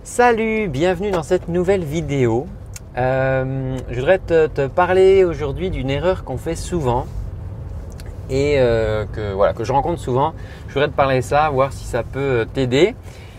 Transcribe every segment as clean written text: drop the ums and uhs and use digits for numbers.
Salut, bienvenue dans cette nouvelle vidéo. Je voudrais te parler aujourd'hui d'une erreur qu'on fait souvent et que je rencontre souvent. Je voudrais te parler de ça, voir si ça peut t'aider.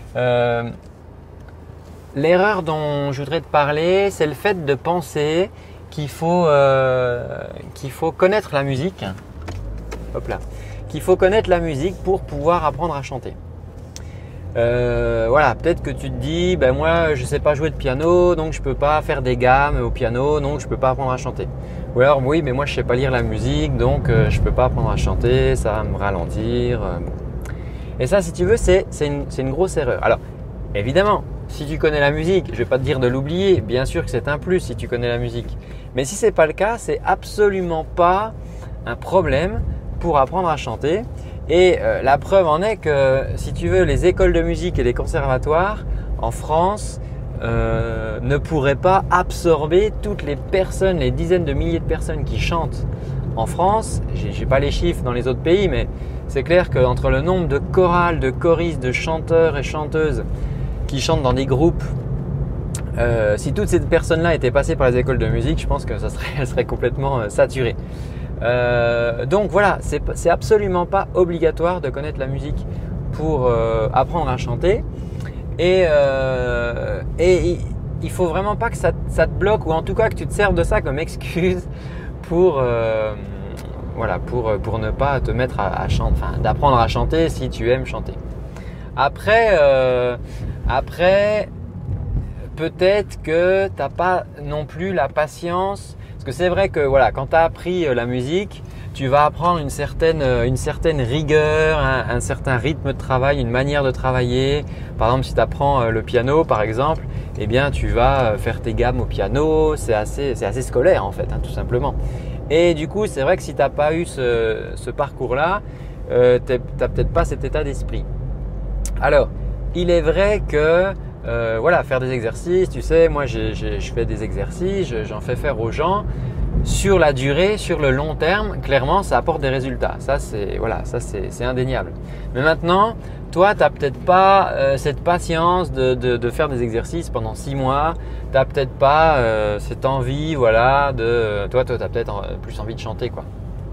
L'erreur dont je voudrais te parler, c'est le fait de penser qu'il faut connaître la musique. Hop là. Qu'il faut connaître la musique pour pouvoir apprendre à chanter. Peut-être que tu te dis, moi je ne sais pas jouer de piano, donc je ne peux pas faire des gammes au piano, donc je ne peux pas apprendre à chanter. Ou alors oui, mais moi je ne sais pas lire la musique, donc je ne peux pas apprendre à chanter, ça va me ralentir. Et ça, si tu veux, c'est une grosse erreur. Alors évidemment, si tu connais la musique, je ne vais pas te dire de l'oublier, bien sûr que c'est un plus si tu connais la musique. Mais si ce n'est pas le cas, c'est absolument pas un problème pour apprendre à chanter. Et la preuve en est que, si tu veux, les écoles de musique et les conservatoires en France ne pourraient pas absorber toutes les personnes, les dizaines de milliers de personnes qui chantent en France. J'ai pas les chiffres dans les autres pays, mais c'est clair qu'entre le nombre de chorales, de choristes, de chanteurs et chanteuses qui chantent dans des groupes, si toutes ces personnes-là étaient passées par les écoles de musique, je pense que elles seraient complètement saturées. Donc voilà, c'est absolument pas obligatoire de connaître la musique pour apprendre à chanter et il faut vraiment pas que ça te bloque, ou en tout cas que tu te serves de ça comme excuse pour ne pas te mettre à chanter, enfin d'apprendre à chanter si tu aimes chanter. Après peut-être que t'as pas non plus la patience. Parce que c'est vrai que quand tu as appris la musique, tu vas apprendre une certaine rigueur, un certain rythme de travail, une manière de travailler. Par exemple, si tu apprends le piano, par exemple, eh bien, tu vas faire tes gammes au piano. C'est assez scolaire en fait, tout simplement. Et du coup, c'est vrai que si tu n'as pas eu ce parcours-là, tu n'as peut-être pas cet état d'esprit. Alors, il est vrai que faire des exercices, tu sais, moi je fais des exercices, j'en fais faire aux gens. Sur la durée, sur le long terme, clairement ça apporte des résultats. Ça c'est indéniable. Mais maintenant, toi tu n'as peut-être pas cette patience de faire des exercices pendant 6 mois. Tu n'as peut-être pas cette envie, toi tu as peut-être plus envie de chanter quoi.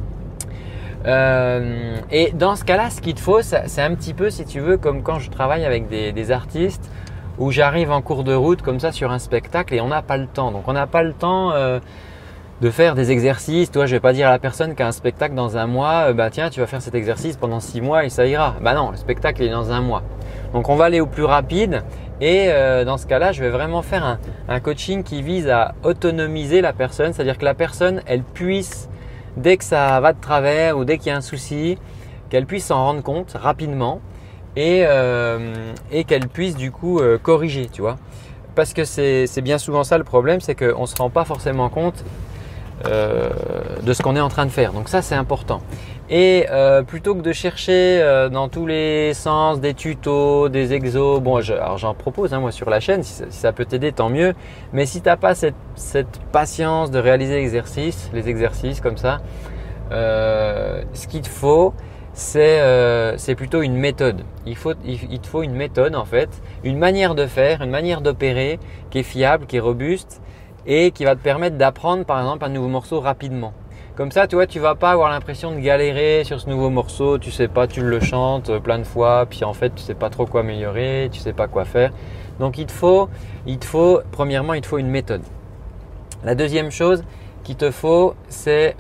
Et dans ce cas-là, ce qu'il te faut, c'est un petit peu, si tu veux, comme quand je travaille avec des artistes, où j'arrive en cours de route comme ça sur un spectacle et on n'a pas le temps. Donc on n'a pas le temps de faire des exercices. Toi, je vais pas dire à la personne qui a un spectacle dans un mois, tiens, tu vas faire cet exercice pendant 6 mois et ça ira. Non, le spectacle est dans un mois. Donc on va aller au plus rapide et dans ce cas-là, je vais vraiment faire un coaching qui vise à autonomiser la personne. C'est-à-dire que la personne, elle puisse, dès que ça va de travers ou dès qu'il y a un souci, qu'elle puisse s'en rendre compte rapidement. Et qu'elle puisse du coup corriger, tu vois. Parce que c'est bien souvent ça le problème, c'est qu'on ne se rend pas forcément compte de ce qu'on est en train de faire. Donc ça, c'est important. Et plutôt que de chercher dans tous les sens des tutos, des exos, alors j'en propose moi sur la chaîne, si ça peut t'aider, tant mieux. Mais si tu n'as pas cette patience de réaliser les exercices comme ça, ce qu'il te faut, c'est plutôt une méthode. Il te faut une méthode en fait, une manière de faire, une manière d'opérer qui est fiable, qui est robuste et qui va te permettre d'apprendre par exemple un nouveau morceau rapidement. Comme ça, tu vois, tu vas pas avoir l'impression de galérer sur ce nouveau morceau, tu sais pas, tu le chantes plein de fois, puis en fait tu sais pas trop quoi améliorer, tu sais pas quoi faire. Donc premièrement, il te faut une méthode. La deuxième chose qu'il te faut, c'est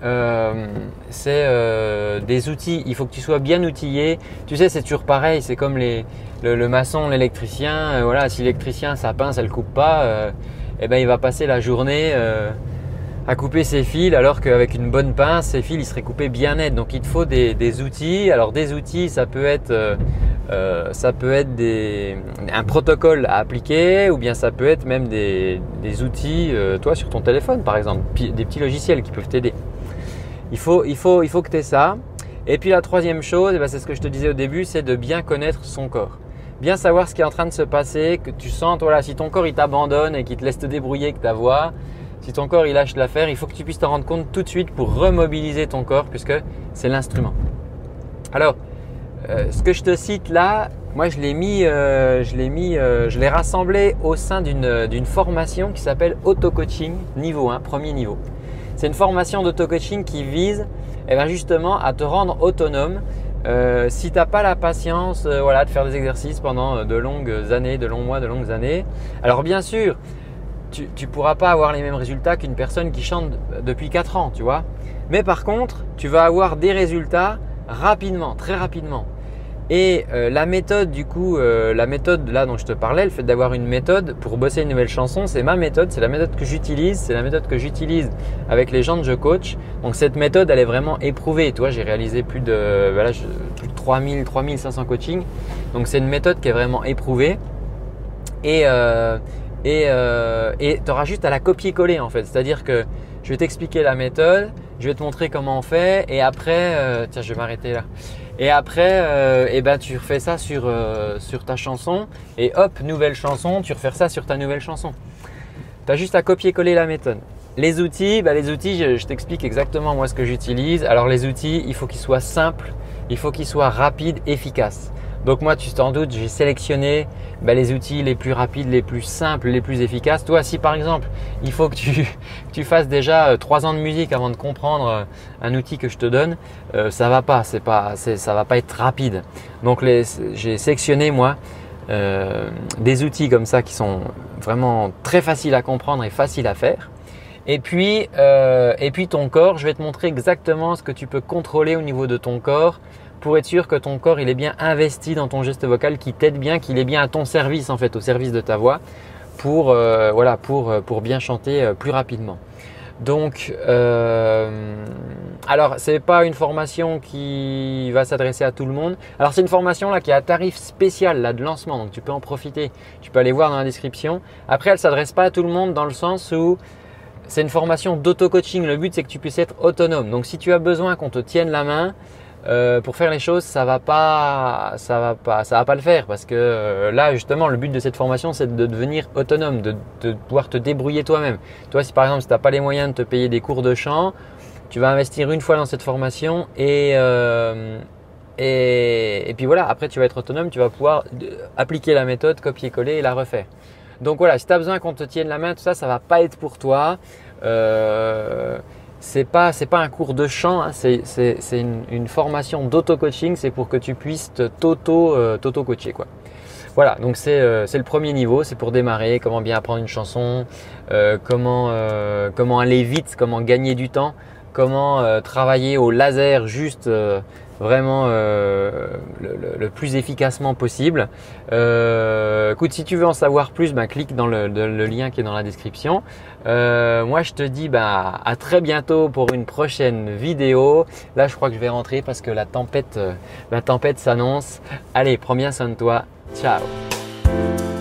des outils. Il faut que tu sois bien outillé. Tu sais, c'est toujours pareil. C'est comme le maçon, l'électricien. Si l'électricien, sa pince, elle coupe pas, il va passer la journée à couper ses fils, alors qu'avec une bonne pince, ses fils, ils seraient coupés bien net. Donc, il te faut des outils. Alors, des outils, ça peut être un protocole à appliquer, ou bien ça peut être même des outils, toi sur ton téléphone par exemple, des petits logiciels qui peuvent t'aider. Il faut que tu aies ça. Et puis la troisième chose, c'est ce que je te disais au début, c'est de bien connaître son corps. Bien savoir ce qui est en train de se passer, que tu sentes, si ton corps il t'abandonne et qu'il te laisse te débrouiller avec ta voix, si ton corps il lâche l'affaire, il faut que tu puisses te rendre compte tout de suite pour remobiliser ton corps, puisque c'est l'instrument. Alors, ce que je te cite là, moi je l'ai rassemblé au sein d'une formation qui s'appelle Auto-Coaching niveau 1, premier niveau. C'est une formation d'auto-coaching qui vise justement à te rendre autonome si tu n'as pas la patience de faire des exercices pendant de longues années, de longs mois, de longues années. Alors bien sûr, tu ne pourras pas avoir les mêmes résultats qu'une personne qui chante depuis 4 ans, tu vois. Mais par contre, tu vas avoir des résultats rapidement, très rapidement. Et la méthode la méthode là dont je te parlais, le fait d'avoir une méthode pour bosser une nouvelle chanson, c'est ma méthode, c'est la méthode que j'utilise, c'est la méthode que j'utilise avec les gens que je coach. Donc cette méthode, elle est vraiment éprouvée. Toi, j'ai réalisé plus de 3500 coachings. Donc c'est une méthode qui est vraiment éprouvée. Et tu auras juste à la copier-coller en fait. C'est-à-dire que je vais t'expliquer la méthode, je vais te montrer comment on fait et après, tiens, je vais m'arrêter là. Et après, tu refais ça sur ta chanson et hop, nouvelle chanson, tu refais ça sur ta nouvelle chanson. Tu as juste à copier-coller la méthode. Les outils, je t'explique exactement moi ce que j'utilise. Alors les outils, il faut qu'ils soient simples, il faut qu'ils soient rapides, efficaces. Donc moi, tu t'en doutes, j'ai sélectionné les outils les plus rapides, les plus simples, les plus efficaces. Toi, si par exemple, il faut que tu fasses déjà 3 ans de musique avant de comprendre un outil que je te donne, ça va pas, ça va pas être rapide. Donc j'ai sélectionné moi des outils comme ça qui sont vraiment très faciles à comprendre et faciles à faire. Et puis ton corps, je vais te montrer exactement ce que tu peux contrôler au niveau de ton corps pour être sûr que ton corps il est bien investi dans ton geste vocal, qu'il t'aide bien, qu'il est bien à ton service en fait, au service de ta voix pour bien chanter plus rapidement. Donc, alors c'est pas une formation qui va s'adresser à tout le monde. Alors c'est une formation là qui est à tarif spécial là de lancement, donc tu peux en profiter. Tu peux aller voir dans la description. Après, elle s'adresse pas à tout le monde dans le sens où c'est une formation d'auto-coaching. Le but c'est que tu puisses être autonome. Donc si tu as besoin qu'on te tienne la main pour faire les choses, ça va pas le faire parce que là justement le but de cette formation c'est de devenir autonome, de pouvoir te débrouiller toi-même. Toi, si par exemple si tu n'as pas les moyens de te payer des cours de chant, tu vas investir une fois dans cette formation et puis voilà, après tu vas être autonome, tu vas pouvoir appliquer la méthode, copier-coller et la refaire. Donc voilà, si tu as besoin qu'on te tienne la main, tout ça, ça va pas être pour toi. C'est pas un cours de chant, hein, c'est une formation d'auto-coaching, c'est pour que tu puisses t'auto-coacher quoi. Voilà, donc c'est le premier niveau, c'est pour démarrer, comment bien apprendre une chanson, comment aller vite, comment gagner du temps, comment travailler au laser juste vraiment le plus efficacement possible. Écoute, si tu veux en savoir plus, clique dans le lien qui est dans la description. Moi, je te dis à très bientôt pour une prochaine vidéo. Là, je crois que je vais rentrer parce que la tempête s'annonce. Allez, prends bien soin de toi. Ciao.